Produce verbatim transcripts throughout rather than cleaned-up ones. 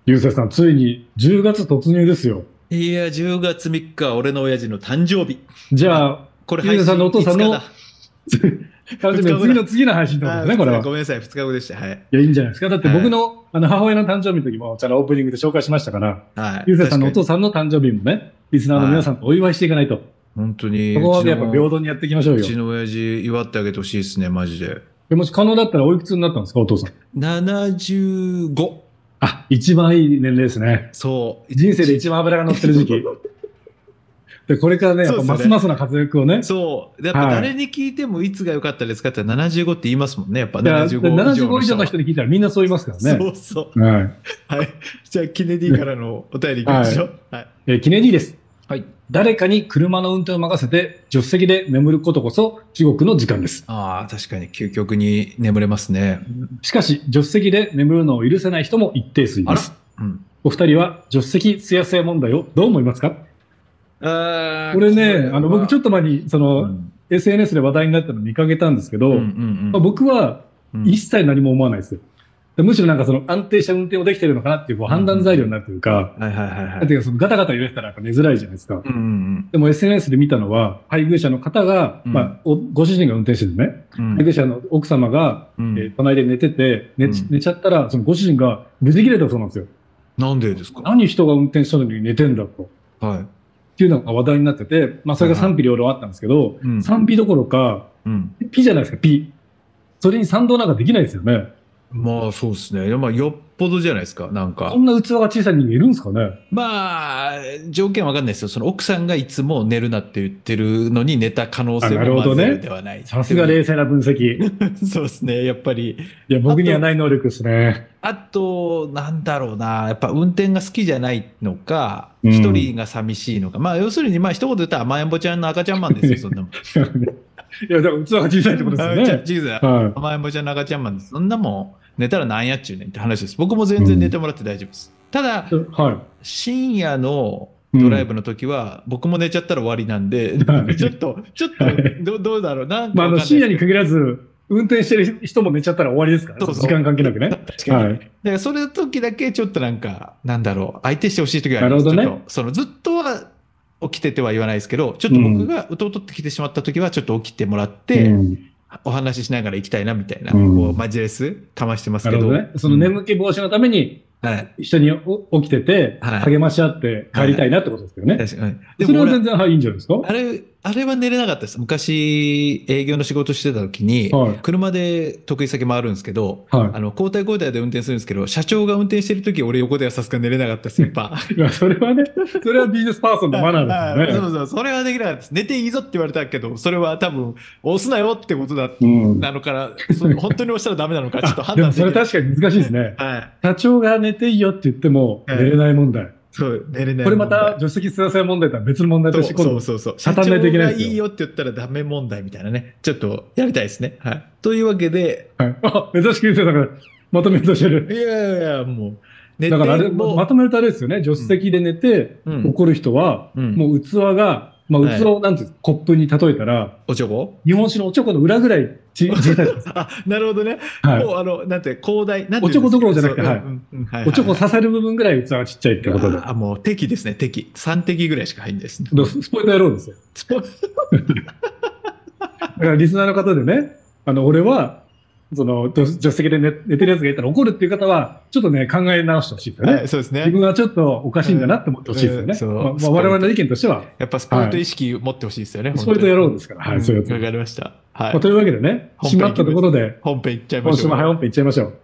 ゆうせいさん、ついにじゅうがつ突入ですよ。 いや、じゅうがつみっか、俺の親父の誕生日。 じゃあ、 あ、これゆうせいさんのお配信父さんのいつかだ。 誕生日の次の次の配信ってことであ、 すね、これは。 ごめんなさい、ふつかごでした。はい。 いや、いいんじゃないですか。だって僕はい。 のあの母親の誕生日の時も、ちゃんとオープニングで紹介しましたから、 はい。 ゆうせいさんのお父確かに。 さんの誕生日もね、リスナーの皆さんはとお祝いしていかないと。 い。本当に、うちそこはやっぱ平の、 等にやっていきましょうよ。 うちの親父祝ってあげてほしいですね、マジで。 でもし可能だったらおいくつになったんですか、お父さん。 ななじゅうご。 あ、一番いい年齢ですね。 そう。 人生で一一番脂が乗ってる時期。で、これからね、やっぱそうですよね。 ますますな活躍をね。 そう。やっぱはい。 誰に聞いてもいつが良かったですかってななじゅうごって言いますもんね。やっぱいや、 ななじゅうご以上のななじゅうご以上人は。 の人に聞いたらみんなそう言いますからね。 そうそう。 はい。 はい。じゃあ、キネディからのお便り行きまはい。 しょう。はい。 えー記念にです。 はい。 誰かに車の運転を任せて助手席で眠ることこそ地獄の時間です。 ああ、確かに究極に眠れますね。 しかし、助手席で眠るのを許せない人も一定数いあら。 ます。 うん。 お二人は助手席すやすや問題をどう思いますか？ ああ、 これね、 これあの、僕ちょは、 っと前に、その、 うん。 エスエヌエス で話題になったのを見かけたんですけど、 うんうまあ、 ん僕はうん。うん。 一切何も思わないですよ。でむしろなんかその安定した運転をできてるのかなっていうこううんう判断材料にんなるというか、 うん。はいはいはいはい。 だっていうかそのガタガタ揺れてたらやっぱ寝づらいじゃないですか。 うんうんでも エスエヌエス で見たのは、配偶者の方が、 うん。うまあ、 ん。 おご主人が運転しててね、配偶うん。 者の奥様が、 うん。 えー隣で寝てて、寝ち、 うん。 寝ちゃったら、そのご主人が無事切れたそうなんですよ。 なんでですか？ 何人が運転したのに寝てんだと。 はい。 っていうのが話題になってて、まあそれが賛はいは否両論あったんですけど、 い。うん。 賛否どころか、 うん。 ピじゃないですか、ピ。それに賛同なんかできないですよね。 まあそうですね。まあよっぽどじゃないですか。なんか。 こんな器が小さい人間いるんですかね。 まあ、条件わかんないですよ。その奥さんがいつも寝るなって言ってるのに寝た可能あ、 性なるほもまずゼロどね。 ではない。 さすでも、 が冷静な分析。 そうですね。やっぱり。 いや、僕にはなあと、 い能力ですね。 あと、なんだろうな。やっぱ運転が好きじゃないのか、 う一人ん。 が寂しいのか。まあ要するに、まあ一言で言ったら甘えん坊ちゃんの赤ちゃんマンですよ、そんなもん。 いや、だから器が小さいってことですよあ、ちゃ、 ね。 チーズ、 は甘えん坊ちゃんの赤ちゃんマンです。そんなもん、寝たらなんやっちゅうねんって話です。僕もい。 全然寝うん。 てもらって大丈夫です。ただ、 は深夜のい。うん。 ドライブの時は、僕も寝ちゃったら終わりなんで、 はなんかちょっい。 と、ちょっと、 はい。 ど、どうだろう。なんまあ、あかわの、 かんないですけど。 深夜に限らず、運転してる人も寝ちゃったら終わりですからね。その時間そうそう。 関係なくね。 確かに。だはい。 からそれの時だけちょっとなんか、なんだろう。相手してほしい時があります。 なるほどね。 ちょっと、そのずっとは起きてては言わないですけど、ちょっと僕うん。 が弟ってきてしまった時は、ちょっと起きてもらっうて、 ん。 お話ししながら行きたいなみたいな、 うこう、 ん。 マジレスかましてますけど、 なるほどね。そのうん。 眠気防止のために、 はい。 一緒にお起きてて、 はい。 励まし合って帰りはい。 たいなってことですよね。 確かに。でも俺、 それは全然、はい、いいんじゃないですか。はあれ、あれは寝れなかったです。昔、営業の仕事してた時に、 い。 車で得意先回るんですけど、 はあの、交代交代で運転するんですけど、社長が運転してる時、俺横ではさすがに寝れなかったです、やっぱ。 い。いや、それはね、それはビジネスパーソンのはいマナーですよはい、そね。 うそう、それはできなかったです。寝ていいぞって言われたけど、それは多分、押すなよってことだ、 うん。 なのから、そ本当に押したらダメなのか、ちょっとあ、でもそれ判断できない。 確かに難しいですね。 は社長が寝ていいよって言ってもい。は寝れい。 ない問題。 そう、寝れなこれまい問題。 た助手席すらせ問題とは別の問題としてそう今度そうそうそう。社語らないとい長がけないですよ。 いいよって言ったらダメ問題みたいなね。ちょっとやりたいですね。はい。というわけで、 はい。あ、珍しく言ってたからまとめようとしてる。 いやいや、もう、寝てだからあれ、ままとも、 めるとあれですよね。助手うん、 席で寝てうん、 怒る人は、 うん。 もう器が、まあ、 はい。 器をなんていうんですか、コップに例えたら、 おちょこ。 日本酒のおちょこの裏ぐらいち小さいです。 あ、なるほどね。もう、 はい。 あの、なんて、広大、なんおちょこていうんですか。そう、 どころじゃなくて、 うん、 はい。 うん、うん、はい、 おちょはい、はい。 こ刺さる部分ぐらい器がちっちゃいってことで。 ああ、もう敵ですね、敵。さん敵ぐらいしか入んないですね。もう、 どススポイト野郎ですよ。 スポだからリスナーの方でね、あの、俺は、その、助助手席で寝、寝てるやつがいたら怒るっていう方は、ちょっとね、考え直してほしいですよはい、 ね。 そうですね。 自分はちょっとおかしいんだなって思ってほしいですようん、 ね。まあ、 そう、 まあ、我々の意スポイト。 見としては、 やっぱスポイはト意識持ってほしいですよね、 い。スポイト本当に。 野郎ですから、はい、そううん、 いうやつ。 わかりました。はまあ、 い。 というわけでね、 本締まった編いきます。 ところで、 本編いっちゃいま今週も早しょうよ。 本編いっちゃいましょう。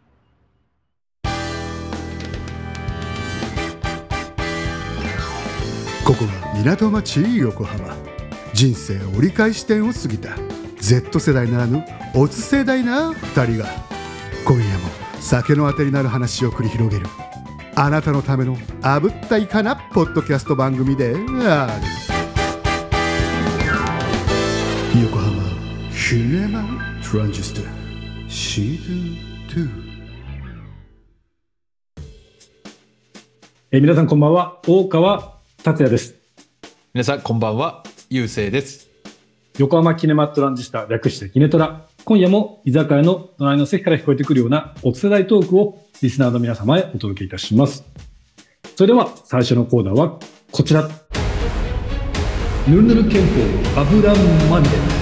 ここは港町横浜。人生折り返し点を過ぎた Z 世代ならぬオツ世代なふたりが今夜も酒のあてになる話を繰り広げるあなたのための炙ったいかなポッドキャスト番組である。横浜シネマトランジスタシーズンツー。 えー皆さんこんばんは、大川達也です。 皆さん、こんばんは。ゆうせいです。 横浜キネマトランジスタ、略してキネトラ。 今夜も居酒屋の隣の席から聞こえてくるようなおつ世代トークをリスナーの皆様へお届けいたします。それでは最初のコーナーはこちら。ぬるぬる憲法油まみ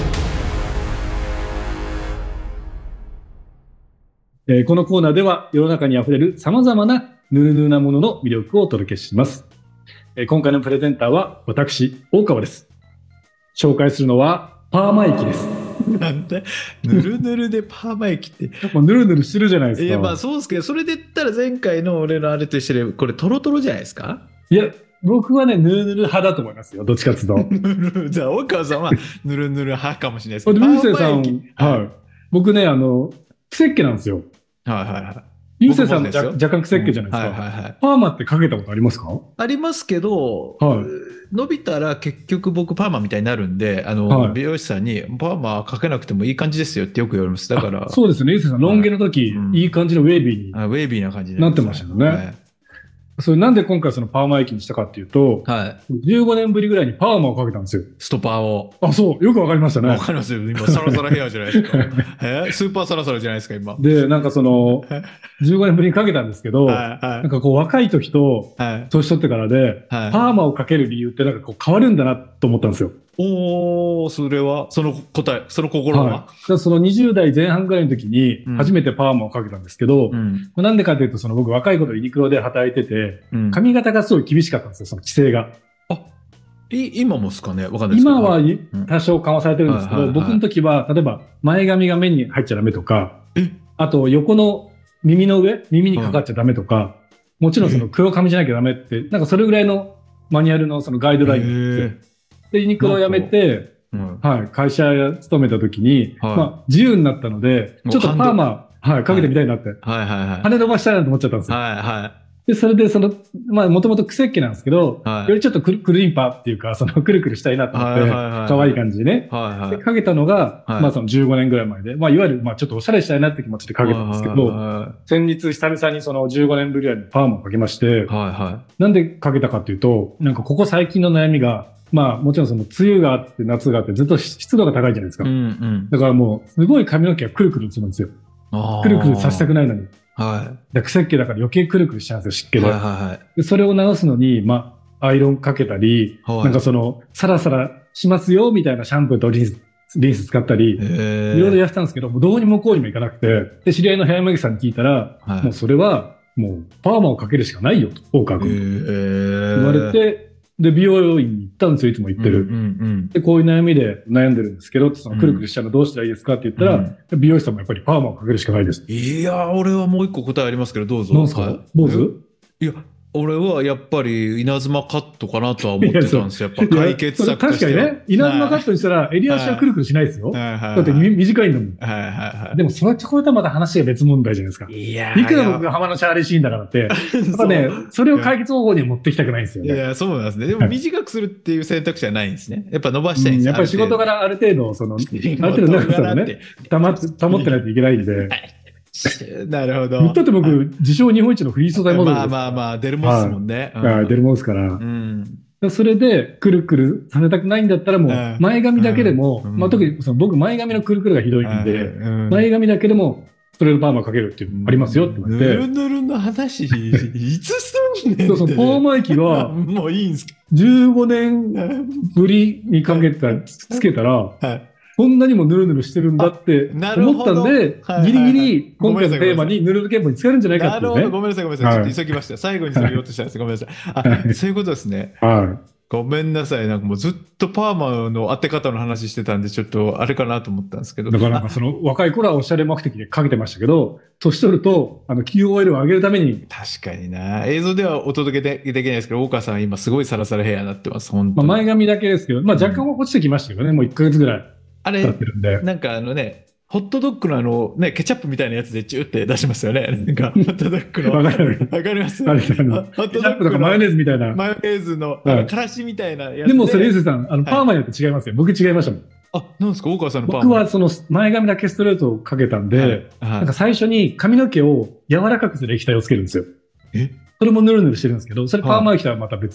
れ。えーこのコーナーでは世の中にあふれる様々なぬるぬるなものの魅力をお届けします。えー今回のプレゼンターは私、大川です。紹介するのはパーマ液です。 なんで、ぬるぬるでパーマ液って。 もうぬるぬるしてるじゃないですか。 いや、まあそうですけど、それで言ったら前回の俺のあれと一緒で、これトロトロじゃないですか？ いや、僕はね、ぬるぬる派だと思いますよ。どっちかっていうと。 ぬるじゃあ、大川さんはぬるぬる派かもしれないですけど。 で、ゆうせいさん、 パーマ液はい。僕ね、あの、癖っ気なんですよ。 はいはいはい。 ゆうせいさんも僕もですよ若若干癖っ気じゃないですか。 うんはいはいはい。 パーマってかけたことありますか？ ありますけど、 はい伸びたら結局僕パーマみたいになるんで、あの、 はい美容師さんにパーマかけなくてもいい感じですよってよく言われます。だから、 そうですね。ゆうせいさん、ロン毛の時、 うんいい感じのウェービーに。 あウェービーな感じになってましたよねはい。 それなんで今回そのパーマ液にしたかっていうと、 はい。 じゅうごねんぶりぐらいにパーマをかけたんですよ。 ストパーを。 あ、そう。よくわかりましたねわ。かりますよ。今、サラサラヘアじゃないですか。えスーパーサラサラじゃないですか、今。 で、なんかその、じゅうごねんぶりにかけたんですけど、 はいはなんかこう若い時とい。はい。 年取ってからで、 はいパーマをかける理由ってなんかこう変わるんだなと思ったんですよ。 おー、それは、その答え、その心は、 はい。だからそのにじゅう代前半ぐらいの時にうん初めてパーマをかけたんですけど、 うん。 なんでかというとその僕若い頃ユニクロで働いてて、 うん。 髪型がすごい厳しかったんですよ、その規制が。 い今もですかねわかんないですけど。 今はうん多少緩和されてるんですけど、 はいはいはい僕の時は例えば前髪が目に入っちゃダメとかえ、 あと横の耳の上、耳にかかっちゃダメとか、もちろんその黒髪じゃなきゃダメって、なんかそれぐらいのマニュアルのそのガイドラインなんですよ。で、ユニクロを辞めて、 うん。 はい、会社勤めた時に、 はいまあ自由になったので、 もうちょっとパーマ、はい、かけてみたいなって、 はいはいはい。 羽伸ばしたいなと思っちゃったんですよ。 はいはで、それでその、まあもともと癖っ気なんですけど、 はいよりちょっとくるくるりんぱっていうか、そのくるくるしたいなと思って、 はいはいはい可愛い感じでね。 い。はいはい。 でかけたのが、 はいまあそのじゅうごねんぐらい前で、まあいわゆる、まあちょっとおしゃれしたいなって気持ちでかけたんですけど、 は先日久々にそのじゅうごねんぶりぐらいにパーマをかけまして、 いはい。はいはなんでかけたかっていうと、なんかここ最近の悩みが、まあもちろんその梅雨があって夏があってずっと湿度が高いじゃないですか。 い。うんうん。 だからもうすごい髪の毛がくるくるするんですよ。 あーくるくるさせたくないのに。 はで癖っ気だから余計くるくるしちゃうんですよ、湿気い。 で。 はいはいでそれを直すのに、まあアイロンかけたり、 はい。 なんかそのサラサラしますよみたいなシャンプーとリンス、リンス使ったり、 へーいろいろやってたんですけど、もうどうにもこうにもいかなくて、で、知り合いの部屋山木さんに聞いたら、 はいもうそれは、もうパーマをかけるしかないよと、大川君。 言言われて、で、美容院に行ったんですよ、いつも行ってる。 うんうんで、こういう悩みで悩んでるんですけど、そのくるくるしちゃうのどうしたらいいですかって言ったら、 うん美容師さんもやっぱりパーマをかけるしかないです。 いやー、俺はもう一個答えありますけど、どうぞ。 なんすかはい坊主いや、俺はやっぱり稲妻カットかなとは思ってたんですよ。やっぱ解決策と確しては。 かにね、稲妻カットにしたら、襟足はくるくるしないですよ。 はいはいはいだってみ短いんだもん。 はいはいはい。 でも、それとこれとはまた話が別問題じゃないですか。 いやーいくら僕が浜のチャーリーシーンだからって、やっぱね、それを解決方法には持ってきたくないんですよね。 いや、そうなんですね。でも短くするっていう選択肢はないんですね。やっぱ伸ばしたいんですうんやっぱり仕事柄ある程度、その、ある程度長さをね、保って保ってないといけないんで。 なるほど。 だって僕、自称日本一のフリー素材モデルまあですまあまあ、出るもんですもんね。 はい出るもんですから。 うん。 それで、くるくるさせたくないんだったらもうんう、前髪だけでも、 うんまあ特にその僕、前髪のくるくるがひどいんで、 うん前髪だけでも、ストレートパーマかけるっていうのありますよって言わぬれて、 るぬるの話、いつすんねんって。 そうそう、パーマ液はもういいんすかじゅうごねんぶりにかけた、つけたら、 はい。 こんなにもヌルヌルしてるんだってあなる思ほどったんではいはいはい、 ギリギリ今回のごめんなさいテーマにヌルヌル憲法に使えるんじゃないかなるほど。 っていうね。 ごめんなさい、ごめんなさい。ちょはいっと急ぎました。最後にそれ言おうとしたんです。ごめんなさい。あ、そういうことですね。 はごめんなさい。なんかもうずっとパーマの当て方の話してたんで、ちょっとあれかなと思ったんですけど。 い。だからなんかその若い頃はおしゃれ目的でかけてましたけど、年取ると、あの、キューオーエル を上げるために、 確かにな。映像ではお届けでできないですけど、大川さん今すごいサラサラヘアになってます。本当に。 まあ前髪だけですけど、まあ若干は落ちてきましたけどね、もういっかげつぐらいあ経っれ、 てるんで。 なんかあのね、ホットドッグのあの、ね、ケチャップみたいなやつでチューって出しますよね。なんか、ホットドッグの。 わかるわかりますあれ、あの、 ホットドケチャッッグのプとかマヨネーズみたいな。 マヨネーズの、 はいあのからしみたいなやつで。 でもそれ、ゆうせいさん、あの、 いパーマによって違いますよ。僕違いましたもん。 あ、なんですか大川さんのパーマ。 僕はその前髪だけストレートをかけたんで、 はいはいなんか最初に髪の毛を柔らかくする液体をつけるんですよ。 えそれもヌルヌルしてるんですけど、それパーマ液とはまた別で、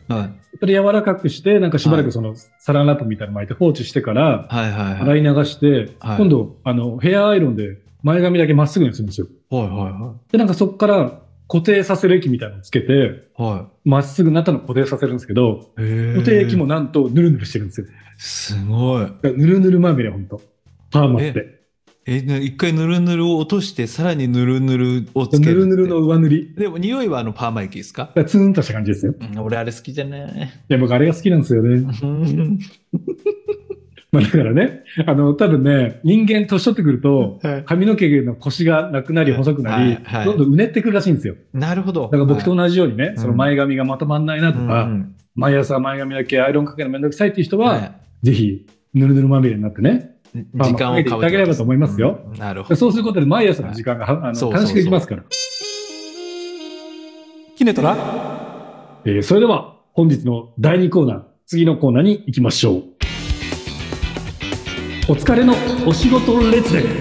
はい。 それ柔らかくして、なんかしばらくそのサランラップみたいなの巻いて放置してから、 はいはいはい。 洗い流して、 はい今度、あの、ヘアアイロンで前髪だけまっすぐにするんですよ。 はいはで、なんかそこから固定させる液みたいなのをつけて、 いはい。はまっすぐなったのを固定させるんですけど、 い。へー固定液もなんとヌルヌルしてるんですよ。 すごい。 だからヌルヌルまみれ、ほんと。パーマって。 え、ね一回ぬるぬるを落として、さらにぬるぬるをつけるって。 ヌルヌルの上塗り。 でも匂いはあのパーマ液ですか？ だからツーンとした感じですよ。 うん、俺あれ好きじゃねいや、僕あれが好きなんですよね。 うんまあだからね、あの、多分ね、人間年取ってくると、 はい髪の毛の腰がなくなり細くなり、 はいはいどんどんうねってくるらしいんですよ。 なるほど。 だから僕と同じようにね、 いその前髪がまとまんないなとか、 うん毎朝前髪だけアイロンかけるのめんどくさいっていう人は、 はぜひ、ぬるぬるまみれになってね。 いまあ時間をかけてかけていただければと思いますようんなるほど。 そうすることで毎朝の時間が、あのそうそうそう短縮できますから。 キネトラえーそれでは、本日のだいにコーナー、次のコーナーに行きましょう。お疲れのお仕事列伝。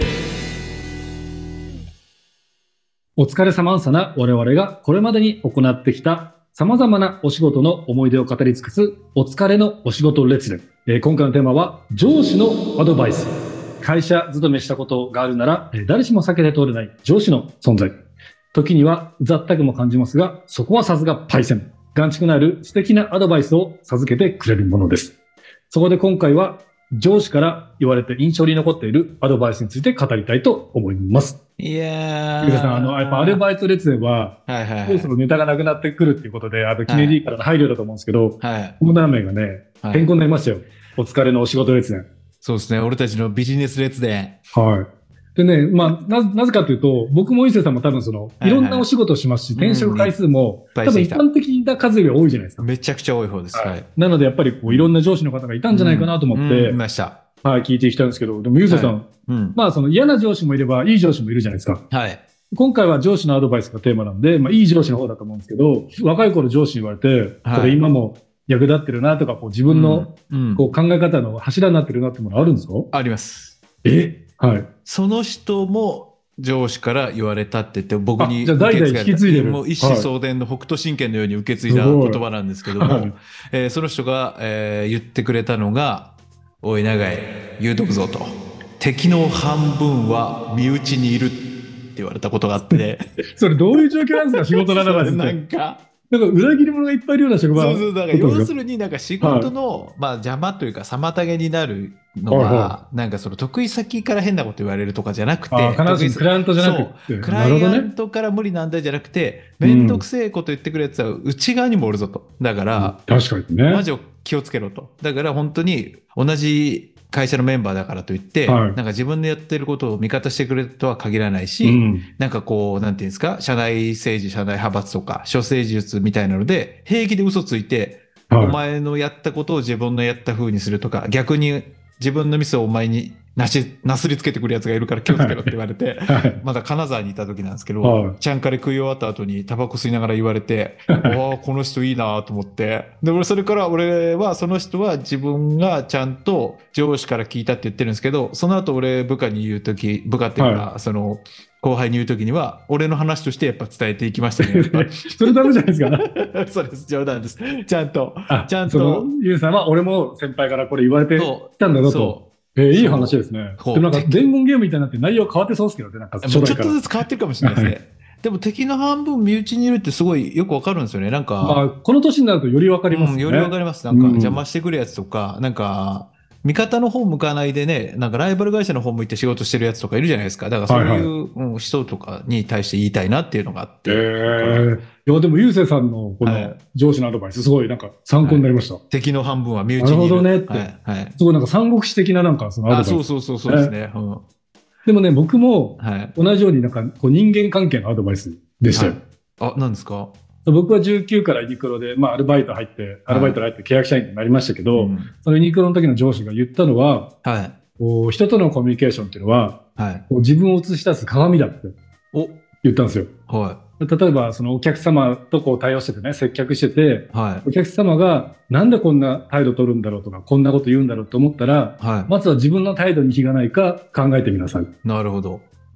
お疲れ様さな我々がこれまでに行ってきた様々なお仕事の思い出を語り尽くすお疲れのお仕事列伝。えー今回のテーマは上司のアドバイス。会社勤めしたことがあるなら、えー誰しも避けて通れない上司の存在。時にはうざったくも感じますが、そこはさすがパイセン。眼蓄のある素敵なアドバイスを授けてくれるものです。そこで今回は上司から言われて印象に残っているアドバイスについて語りたいと思います。 いやー。 ゆうたさん、あの、やっぱアルバイト列伝は、 はいはいはい。 そろそろネタがなくなってくるっていうことで、あと、キネディからの配慮だと思うんですけど、 はい。 コーナー名がね、 はい変更になりましたよ。お疲れのお仕事列伝。 そうですね。俺たちのビジネス列伝。 はい。でね、まあ、な、なぜかというと、僕も伊勢さんも多分その、 はいいろんなお仕事をしますし、転職回数も、 うん多分一般的な数より多いじゃないですか。 めちゃくちゃ多い方です。はい。 なので、やっぱりこう、いろんな上司の方がいたんじゃないかなと思っうんて、 いました。 はい、聞いていきたいんですけど、でも、ゆうせいさん、 うん。 まあ、その嫌な上司もいれば、いい上司もいるじゃないですか。 はい。 今回は上司のアドバイスがテーマなんで、まあ、いい上司の方だと思うんですけど、若い頃上司に言われて、 はいこれ今も役立ってるなとか、こう自分のうん、 こう考え方の柱になってるなってものあるんですか？ あります。 えはい。 その人も上司から言われたって言って、僕にあじゃあ代々 受け継がれた引き継いでるもう一子相伝の北斗神拳のように受け継いだ言葉なんですけども、 はいえーその人が、えー言ってくれたのが、おい長井、言うとくぞと。敵の半分は身内にいるって言われたことがあって。 それどういう状況なんですか？仕事のアドバイスって。 ななんか、 か裏切り者がいっぱいいるような職場。 そうそう、だから要するるになんか仕事の、まあ邪魔というか妨げになるのは、 はいはなんかその得意先から変なこと言われるとかじゃなくて、 あ必ずしもクライアントじゃなくて。 そうクなるほどねライアン。トから無理なんだじゃなくて、めんどくせえこと言ってくるやつは内側にもおるぞと。だから、 確かにね。 マジを気をつけろと。だから本当に同じ会社のメンバーだからといって、 はいなんか自分でやってることを味方してくれるとは限らないし、 うん。 なんかこう、なんていうんですか、社内政治、社内派閥とか、処世術みたいなので、平気で嘘ついて、 はいお前のやったことを自分のやった風にするとか、逆に自分のミスをお前になし、なすりつけてくる奴がいるから気をつけろって言われて、 はい。 まだ金沢にいた時なんですけど、 はいちゃんかれ食い終わった後にタバコ吸いながら言われて、ああ、この人いいなと思って。で、俺、それから俺は、その人は自分がちゃんと上司から聞いたって言ってるんですけど、その後俺部下に言うとき、部下っていうか、その、後輩に言うときには、俺の話としてやっぱ伝えていきましたね。やっぱそれダメじゃないですか。 そうです、冗談です。ちゃんと。 あちゃんとその、ゆうさんは俺も先輩からこれ言われてきそたんだぞと。 そえーいい話ですね。 そうでもなんか伝言ゲームみたいになって内容変わってそうですけどね、なんかう。もうちょっと初代から。 ずつ変わってるかもしれないですね。でも敵の半分身内にいるってすごいよくわかるんですよね。なんか、 まあ、この年になるとよりわかりますよね。 うん、よりわかります。なんかうん邪魔してくるやつとか、なんか、味方の方向かないでね、なんかライバル会社の方向いて仕事してるやつとかいるじゃないですか。だからそういう、うん人とかに対して言いたいなっていうのがあって。 えー、いや、でも、ゆうせいさんのこのはい上司のアドバイス、すごいなんか参考になりました。 敵の半分は身内にいる。 なるほどねってはい。はい。 すごいなんか三国志的ななんかそのアドバあ、 イス。 そうそうそうそうですね。うん。 でもね、僕もはい。 同じようになんかこう人間関係のアドバイスでしたよ。 あ、何ですか？ 僕はじゅうきゅうからユニクロで、まあ、アルバイト入って、アルバイトで入って契約社員になりましたけど、 うんそのユニクロの時の上司が言ったのは、 はい。 こう人とのコミュニケーションっていうのは、 はい。 こう自分を映し出す鏡だってお、 言ったんですよ。 は例えば、そのお客様とこう対応しててね、接客してて、 い。はい。 お客様がなんでこんな態度取るんだろうとか、こんなこと言うんだろうと思ったら、 はまずは自分の態度に非がないか考えてみなさい。 い。なるほど。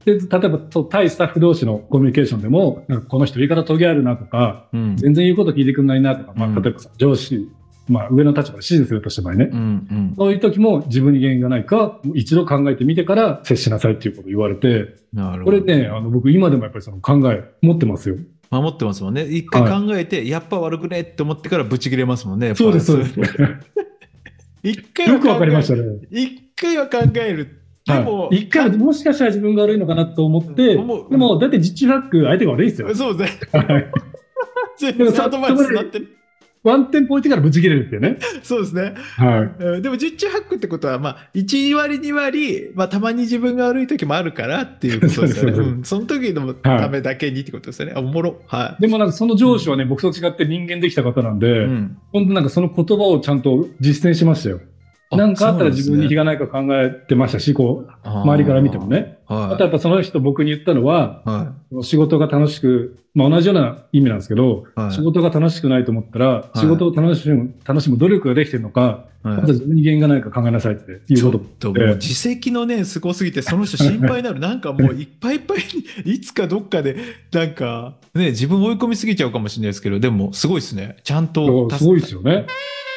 で、例えばそう対スタッフ同士のコミュニケーションでも、なんかこの人言い方トゲあるなとか、 うん全然言うこと聞いてくんないなとか、まあ、 うん例えばさ上司、まあ、上の立場で指示するとした場合ね、 うんうんそういう時も自分に原因がないか、一度考えてみてから接しなさいっていうことを言われて、 なるほど。 これね、あの僕今でもやっぱりその考え持ってますよ。 守ってますもんね。一回考えて、やっぱ悪くねって思ってからブチ切れますもんね。やっぱそうです、そうです。 一回はよくわかりま考したね。 え一回は考える。でも、 はい、一回はもしかしたら自分が悪いのかなと思って、 思うでも、だって実地ハック相手が悪いですよ。 そうですね。 はい全然アドバイスになってる。 ワンテンポ置いてからブチ切れるっていうね。 そうですね。 はい。 うんでも、十中八九ってことは、まあ、いち割に割、まあ、たまに自分が悪い時もあるからっていうことですよね。 そうですそうですうんその時のためだけにってことですよね。あおもろ。はい。 でもなんかその上司はね、僕と違って人間できた方なんで、 うん本当なんかその言葉をちゃんと実践しましたよ。なんかあったら自分に非ががないか考えてましたし、こう、周りから見てもね。 はい、 あとやっぱその人僕に言ったのは、 は仕事が楽しく、まあ同じような意味なんですけど、 はい仕事が楽しくないと思ったら、 い仕事を楽しむ、楽しむ努力ができてるのか、 いはいまず自分に原因がないか考えなさいっていうちょっことともう自責の念すごすぎて、その人心配になる。なんかもういっぱいいっぱいに、いつかどっかで、なんか、ね、自分追い込みすぎちゃうかもしれないですけど、でもすごいですね。ちゃんと。 すごいですよね。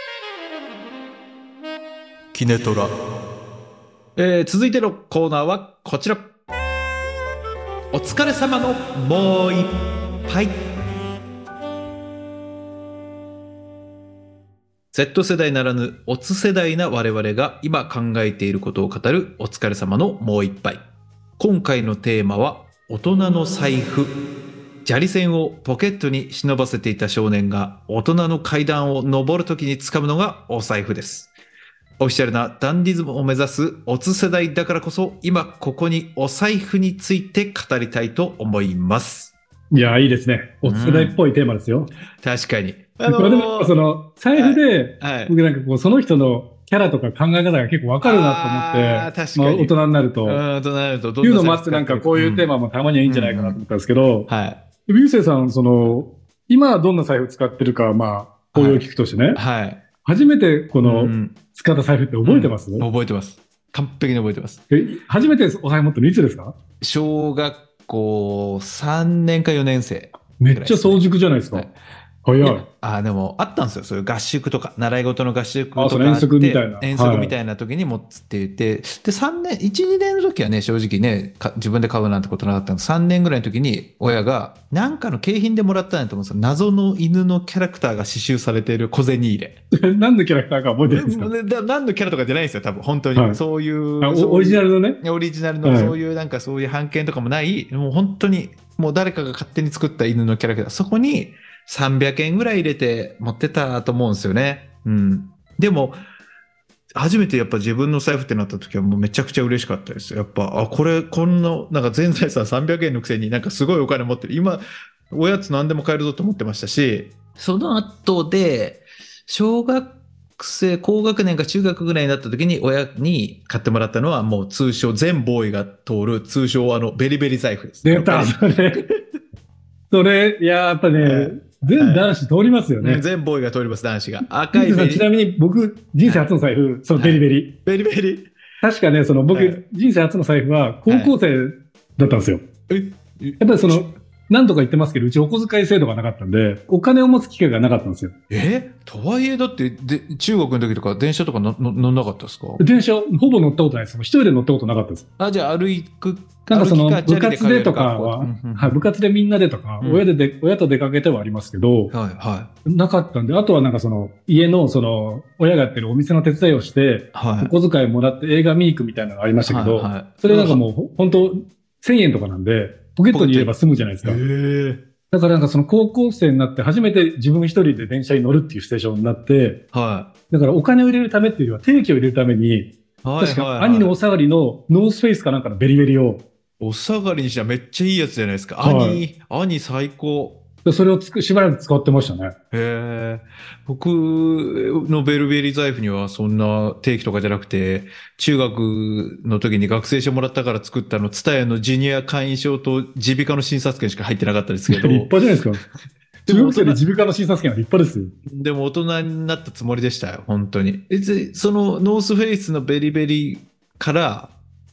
キネトラ。えー続いてのコーナーはこちら。お疲れ様のもう一杯。Z 世代ならぬオツ世代な我々が今考えていることを語るお疲れ様のもう一杯。今回のテーマは大人の財布。砂利線をポケットに忍ばせていた少年が大人の階段を上るときに掴むのがお財布です。オフィシャルなダンディズムを目指すオツ世代だからこそ今ここにお財布について語りたいと思います。 いや、いいですね。お世代っぽいテーマですよ。 確かに。 あのー、でもその財布で、 はいはい、 僕なんかこうその人のキャラとか考え方が結構わかるなと思って、 確かにまあ、大人になると。 大人になるとどんいうのもあってなんかこういうテーマもたまにはいいんじゃないかなと思ったんですけど、 はい。 ゆうせいさん、その、今はどんな財布使ってるか、まあ、こういう聞くとしてね。 はい。はい初めてこの、使った財布って覚えてます、 うん、覚えてます。完璧に覚えてます。 え、初めてお財布持ったのいつですか？ 小学校さんねんかよねん生、 めっちゃ早熟じゃないですか。はい、早い。 あ、でもあったんですよ。そういう合宿とか、習い事の合宿とかあって。 あ、その遠足みたいな。 遠足みたいな時に持っていて、はい、で、さんねん、いち、にねんの時はね、正直ね、自分で買うなんてことなかったんです。さんねんぐらいの時に、親が、なんかの景品でもらったんだと思うんですよ。謎の犬のキャラクターが刺繍されている小銭入れ。 何のキャラクターか覚えてるんですか？ 何のキャラとかじゃないんですよ、多分、本当に。はい、そういう。 あ、オリジナルのね。 オリジナルの、そういう、なんかそういう版権とかもない、もう本当に、もう誰かが勝手に作った犬のキャラクター。そこに、さんびゃくえんぐらい入れて持ってたと思うんですよね。うん。でも、初めてやっぱ自分の財布ってなった時はもうめちゃくちゃ嬉しかったですよ。やっぱ、あ、これ、こんな、なんか全財産さんびゃくえんのくせになんかすごいお金持ってる。今、おやつ何でも買えるぞと思ってましたし、その後で、小学生、高学年か中学ぐらいになった時に親に買ってもらったのはもう通称、全ボーイが通る通称あのベリベリ財布です。 出た、それ。それ、いや、やっぱね、はい全男子通りますよね。 はい、全ボーイが通ります、男子が。赤いベリ。 ちなみに僕、人生初の財布、はい、そのベリベリ、はい。 ベリベリ。 確かね、その僕、はい、人生初の財布は高校生だったんですよ。はい、やっぱりその、何度か言ってますけど、うちお小遣い制度がなかったんで、お金を持つ機会がなかったんですよ。 えとはいえ、だってで、中学の時とか電車とかのの乗んなかったですか？ 電車、ほぼ乗ったことないです。一人で乗ったことなかったです。 あ、じゃあ歩く、 なんかその部活でとかは、はい、部活でみんなでとか、うん、親でで、親と出かけてはありますけど、はいはい、なかったんで、あとはなんかその、家のその、親がやってるお店の手伝いをして、はい、お小遣いもらって映画見に行くみたいなのがありましたけど、はいはい、それなんかもう、本当せんえんとかなんで、ポケットに入れば済むじゃないですか。へーだからなんかその高校生になって初めて自分一人で電車に乗るっていうステーションになって、はい。だからお金を入れるためっていうよりは定期を入れるために、はい、確か兄のお下がりのノースフェイスかなんかのベリベリを。 お下がりにしたらめっちゃいいやつじゃないですか。はい、兄、兄最高。 それをつくしばらく使ってましたね。 へえ。僕のベルベリー財布にはそんな定期とかじゃなくて、中学の時に学生証もらったから作ったの、ツタヤのジュニア会員証と耳鼻科の診察券しか入ってなかったですけど。 立派じゃないですか。中学生で耳鼻科の診察券は立派ですよ。 でも大人になったつもりでしたよ、本当に。別にそのノースフェイスのベリベリから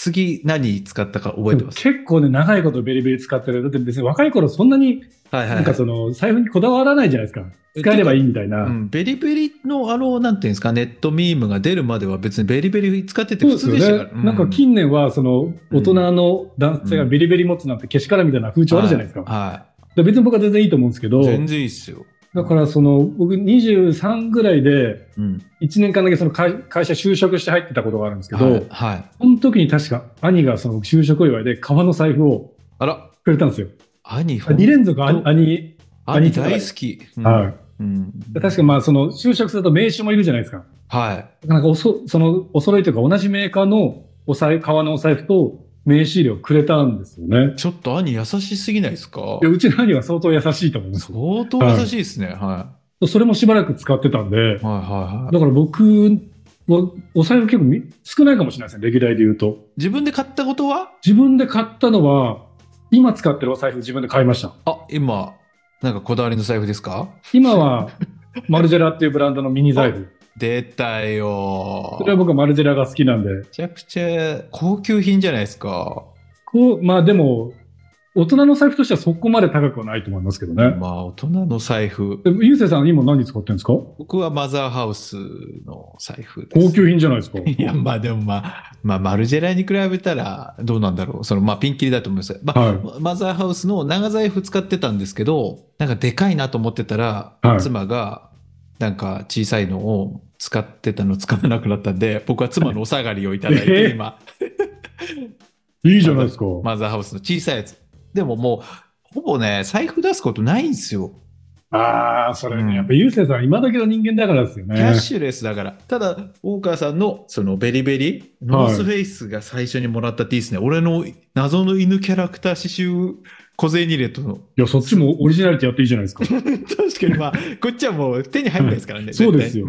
次何使ったか覚えてます？ 結構ね、長いことベリベリ使ってる。だって別に若い頃そんなに、 はいはい。 なんかその、財布にこだわらないじゃないですか。使えればいいみたいな。 うん、ベリベリのあの、なんていうんですか、ネットミームが出るまでは別にベリベリ使ってて普通でしたから。 そうですよね。なんか近年は、その、大人の男性がベリベリ持つなんてけしからんみたいな風潮あるじゃないですか。 はい。はい、 で別に僕は全然いいと思うんですけど。 全然いいっすよ。 だからその、僕にじゅうさんぐらいで、いちねんかんだけその会会社就職して入ってたことがあるんですけど、はいはい、その時に確か兄がその就職祝いで革の財布をくれたんですよ。 兄に連続兄、兄、 兄大好き。 うん、はい、うん。確かまあその就職すると名刺もいるじゃないですか。はい。なんかおそ、そのお揃いというか同じメーカーのお財革のお財布と名刺入れをくれたんですよね。 ちょっと兄優しすぎないですか？ いや、うちの兄は相当優しいと思います。 相当優しいですね。はい。はい、 それもしばらく使ってたんで、はいはいはい、だから僕はお財布結構少ないかもしれないですね、歴代で言うと。 自分で買ったことは？ 自分で買ったのは、今使ってるお財布自分で買いました。 あ、今、なんかこだわりの財布ですか？ 今は、マルジェラっていうブランドのミニ財布。 出たよ。 それは僕はマルジェラが好きなんで。めちゃくちゃ高級品じゃないですか。 こう、まあでも、大人の財布としてはそこまで高くはないと思いますけどね。 まあ大人の財布。 ゆうせいさん今何使ってるんですか？ 僕はマザーハウスの財布です。 高級品じゃないですか。 いや、まあでもまあ、まあマルジェラに比べたらどうなんだろう。そのまあピンキリだと思います。まあ、はい、マザーハウスの長財布使ってたんですけど、なんかでかいなと思ってたら、はい、妻がなんか小さいのを使ってたの使わなくなったんで、僕は妻のお下がりをいただいて今。 いいじゃないですか。 マザーハウスの小さいやつ。でももう、ほぼね、財布出すことないんですよ。 ああ、それね、うん、やっぱゆうせいさん今時の人間だからですよね。 キャッシュレスだから。ただ、大川さんのそのベリベリ、ノースフェイスが最初にもらったっていいですね。はい、俺の謎の犬キャラクター刺繍小銭入れとの。いや、そっちもオリジナリティやっていいじゃないですか。 確かに、まあ、こっちはもう手に入らないですからね。 そうですよ。うん、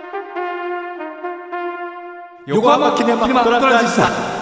横浜キネマトラジスタ。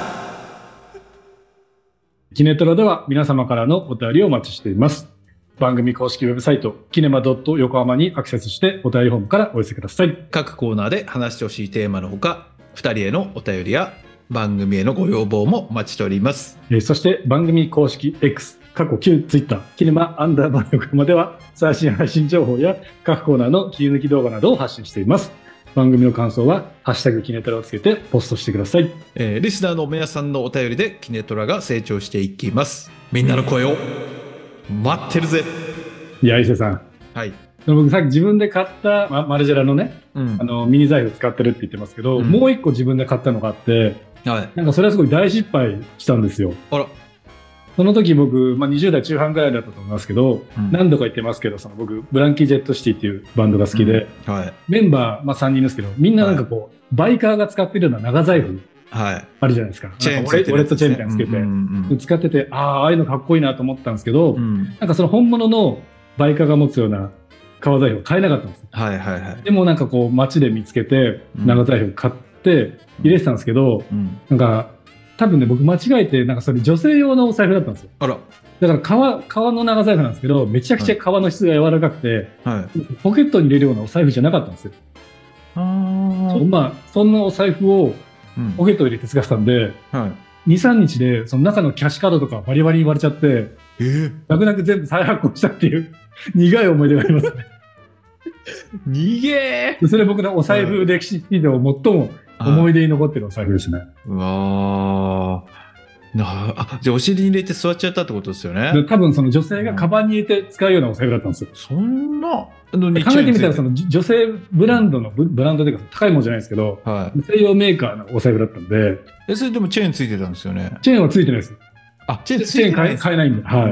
キネトラでは皆様からのお便りをお待ちしています。番組公式ウェブサイト、キネマ .横浜 にアクセスしてお便りフォームからお寄せください。 各コーナーで話してほしいテーマのほか、ふたりへのお便りや番組へのご要望もお待ちしております。 えー、そして番組公式 X、過去旧 Twitter、キネマアンダーバー横浜では最新配信情報や各コーナーの切り抜き動画などを発信しています。番組の感想はハッシュタグキネトラをつけてポストしてください。 えー、リスナーの皆さんのお便りでキネトラが成長していきます。みんなの声を待ってるぜ。 いや、伊勢さん。 はい。 僕さっき自分で買った、ま、マルジェラのね、うん、あのミニ財布使ってるって言ってますけど、うん、もう一個自分で買ったのがあって、はい、なんかそれはすごい大失敗したんですよ。あら。その時僕、まあ、にじゅう代中半ぐらいだったと思いますけど、うん、何度か言ってますけど、その僕ブランキー・ジェット・シティっていうバンドが好きで、うんはい、メンバー、まあ、さんにんですけど、みんななんかこう、はい、バイカーが使ってるような長財布、はい、あるじゃないですか。チェーンつけてるやつですね、ウォレットチェーンみたいにつけて、うんうんうん、使ってて、ああ、ああいうのかっこいいなと思ったんですけど、うん、なんかその本物のバイカーが持つような革財布を買えなかったんですよ。はいはいはい、でもなんかこう街で見つけて長財布買って入れてたんですけど、うん、なんか多分ね僕間違えてなんかそれ女性用のお財布だったんですよ。あら。だから革革の長財布なんですけどめちゃくちゃ革の質が柔らかくて、はい、ポケットに入れるようなお財布じゃなかったんですよ。あそまあそんなお財布をポケットに入れて使ってたんで、うんはい、にさんにちでその中のキャッシュカードとかバリバリに割れちゃって、えー、泣く泣く全部再発行したっていう苦い思い出がありますね。 逃げーそれ僕のお財布歴史でも最も思い出に残ってるお財布ですね。 うわなあ、じゃあお尻に入れて座っちゃったってことですよね。 多分その女性がカバンに入れて使うようなお財布だったんですよ。 そんな考えてみたらその女性ブランドの、うん、ブランドというか高いものじゃないですけど、はい、西洋メーカーのお財布だったんで。 え、それでもチェーンついてたんですよね。 チェーンはついてないです。 あ、チェーンついてないです。 買えないんで。はい。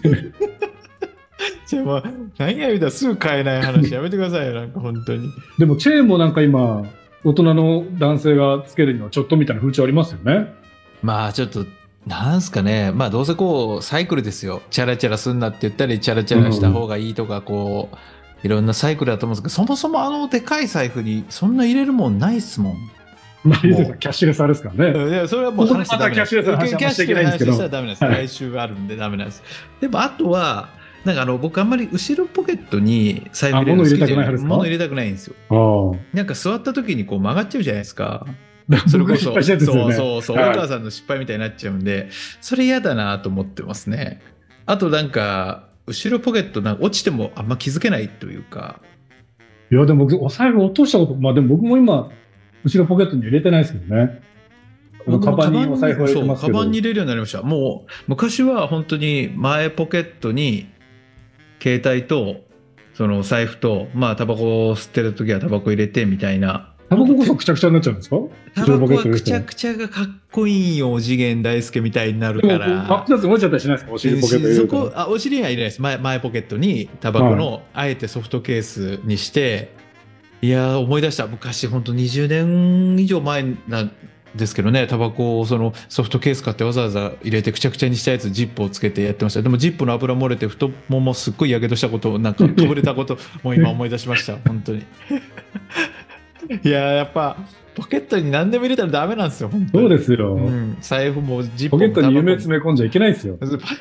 じゃあまあ、何やみたらすぐ買えない話やめてくださいよ、なんか本当に。 でもチェーンもなんか今、大人の男性がつけるにはちょっとみたいな風潮ありますよね。 まあちょっと、なんすかね。まあどうせこう、サイクルですよ。チャラチャラすんなって言ったり、チャラチャラした方がいいとか、こう、いろんなサイクルだと思うんですけど、そもそもあのでかい財布にそんな入れるもんないっすもん。 まあ、キャッシュレスあれですからね。 いや、それはもう話しちゃダメなんです。 ここでまたキャッシュレスの話はしちゃいけないんですけど。キャッシュレスの話したらダメなんです。はい、来週あるんでダメなんです。でもあとは、なんかあの僕あんまり後ろポケットに財布入れるの好きじゃない。物入れたくないんですよ。なんか座った時にこう曲がっちゃうじゃないですか。 それこそ、 僕が失敗したやつですよね。 そうそうそう、 はい大川さんの失敗みたいになっちゃうんで、それ嫌だなと思ってますね。あとなんか、後ろポケットなんか落ちてもあんま気づけないというか。 いや、でも僕、お財布落としたこと、まあでも僕も今、後ろポケットに入れてないですけどね。あのカバンにお財布は入れてますけど。 そう、カバンに入れるようになりました。もう、昔は本当に前ポケットに、携帯と、その財布と、まあ、タバコを吸ってる時はタバコ入れてみたいな。 タバコこそくちゃくちゃになっちゃうんですか？ タバコはくちゃくちゃがかっこいいよ、お次元大介みたいになるかでも、 ら。 真っ二つ持っちゃったりしないですか？お尻ポケット入れそるとこ、あ、お尻には入れないです。前、前ポケットにタバコの、あえてソフトケースにして、いやー、思い出した。昔、本当にじゅうねん以上前なんですけどね、タバコをそのソフトケース買ってわざわざ入れてくちゃくちゃにしたやつ、ジップをつけてやってました。でもジップの油漏れて太ももすっごいやけどしたこと、なんか飛れたこと、もう今思い出しました。本当に。いやー、やっぱ、ポケットに何でも入れたらダメなんですよ、本当に。 そうですよ。 うん、財布もジップポもケットに夢詰め込んじゃいけないですよ。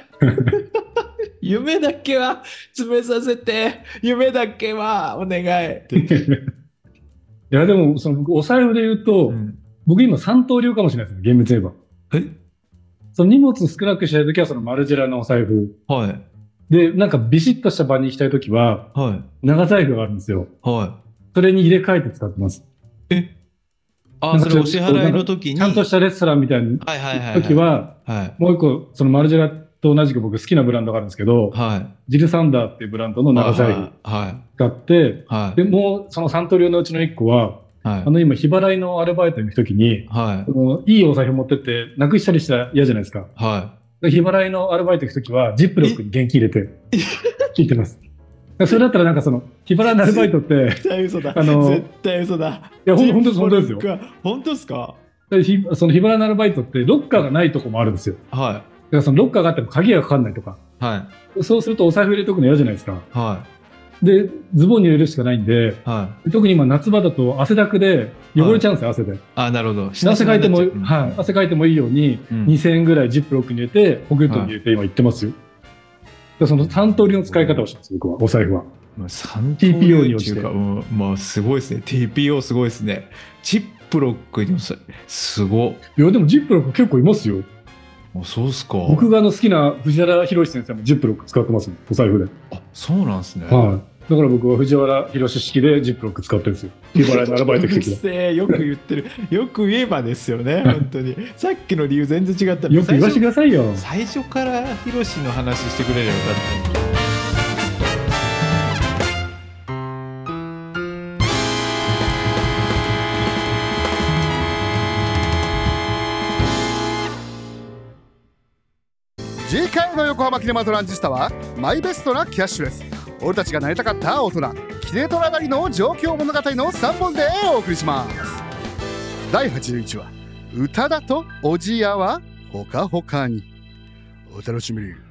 夢だけは詰めさせて、夢だけはお願い。 いや、でも、その僕、お財布で言うと、 うん、 僕今三刀流かもしれないですね、厳密に言えば。 えその荷物少なくしたいときは、そのマルジェラのお財布。 はい。 で、なんかビシッとした場に行きたいときは、 はい。 長財布があるんですよ。 はそれに入れ替えて使ってます。 い。えあ、 なんかそれお支払いの時に。 ちゃんとしたレストランみたいなはいはいはい、はい。 時は、 はい。 もう一個、そのマルジェラと同じく僕好きなブランドがあるんですけど、 はい。 ジルサンダーっていうブランドの長財布は使って、 い。はい。 で、もうその三刀流のうちの一個は、 はい。 あの今、日払いのアルバイトに行くときに、 はそのいいお財布持ってって、なくしたりしたら嫌じゃないですか。 い。はで日払いのアルバイト行くときは、ジップロックに現金入れて、聞いてます。それだったらなんかその、日払いのアルバイトって、 絶対嘘だ。 あの絶対嘘だ。 いや、ほん本当です、本当ですよ。 本当ですか？ ひその日払いのアルバイトって、ロッカーがないとこもあるんですよ。 はだからそのロッカーがあっても鍵がかかんないとか。 い。はそうするとお財布入れとくの嫌じゃないですか。 い。はで、ズボンに入れるしかないんで、 い。はい。 特に今夏場だと汗だくで汚れちゃうんですよ、汗で。 あ、なるほど。 汗かいても、 うんはい、汗かいてもいいように、 うんにせんえんぐらいジップロックに入れて、ポケットに入れて今行ってますよ。でその三通りの使い方をします、僕は、お財布は。 まあ、三ティーピーオー に落ちてっていうか、うん、まあすごいですね。ティーピーオー すごいですね。ジップロックにもさすごいや、でもジップロック結構いますよ。 あ、そうっすか。 僕があの好きな藤原宏先生もジップロック使ってますもん、お財布で。 あ、そうなんですね。 はい。だから僕は藤原宏式でジップロック使ってるんですよ。日払いのアルバイト来てきた。 よく言ってる。よく言えばですよね、本当に。さっきの理由全然違った。 よく言わせてくださいよ。 最初からヒロシの話してくれればよかった。 次回の横浜キネマトランジスタはマイベストなキャッシュレス、俺たちがなりたかった大人、キネトラ狩りの状況物語のさんぼんでお送りします。だいはちじゅういちわ、歌だとおじやはほかほかに。お楽しみに。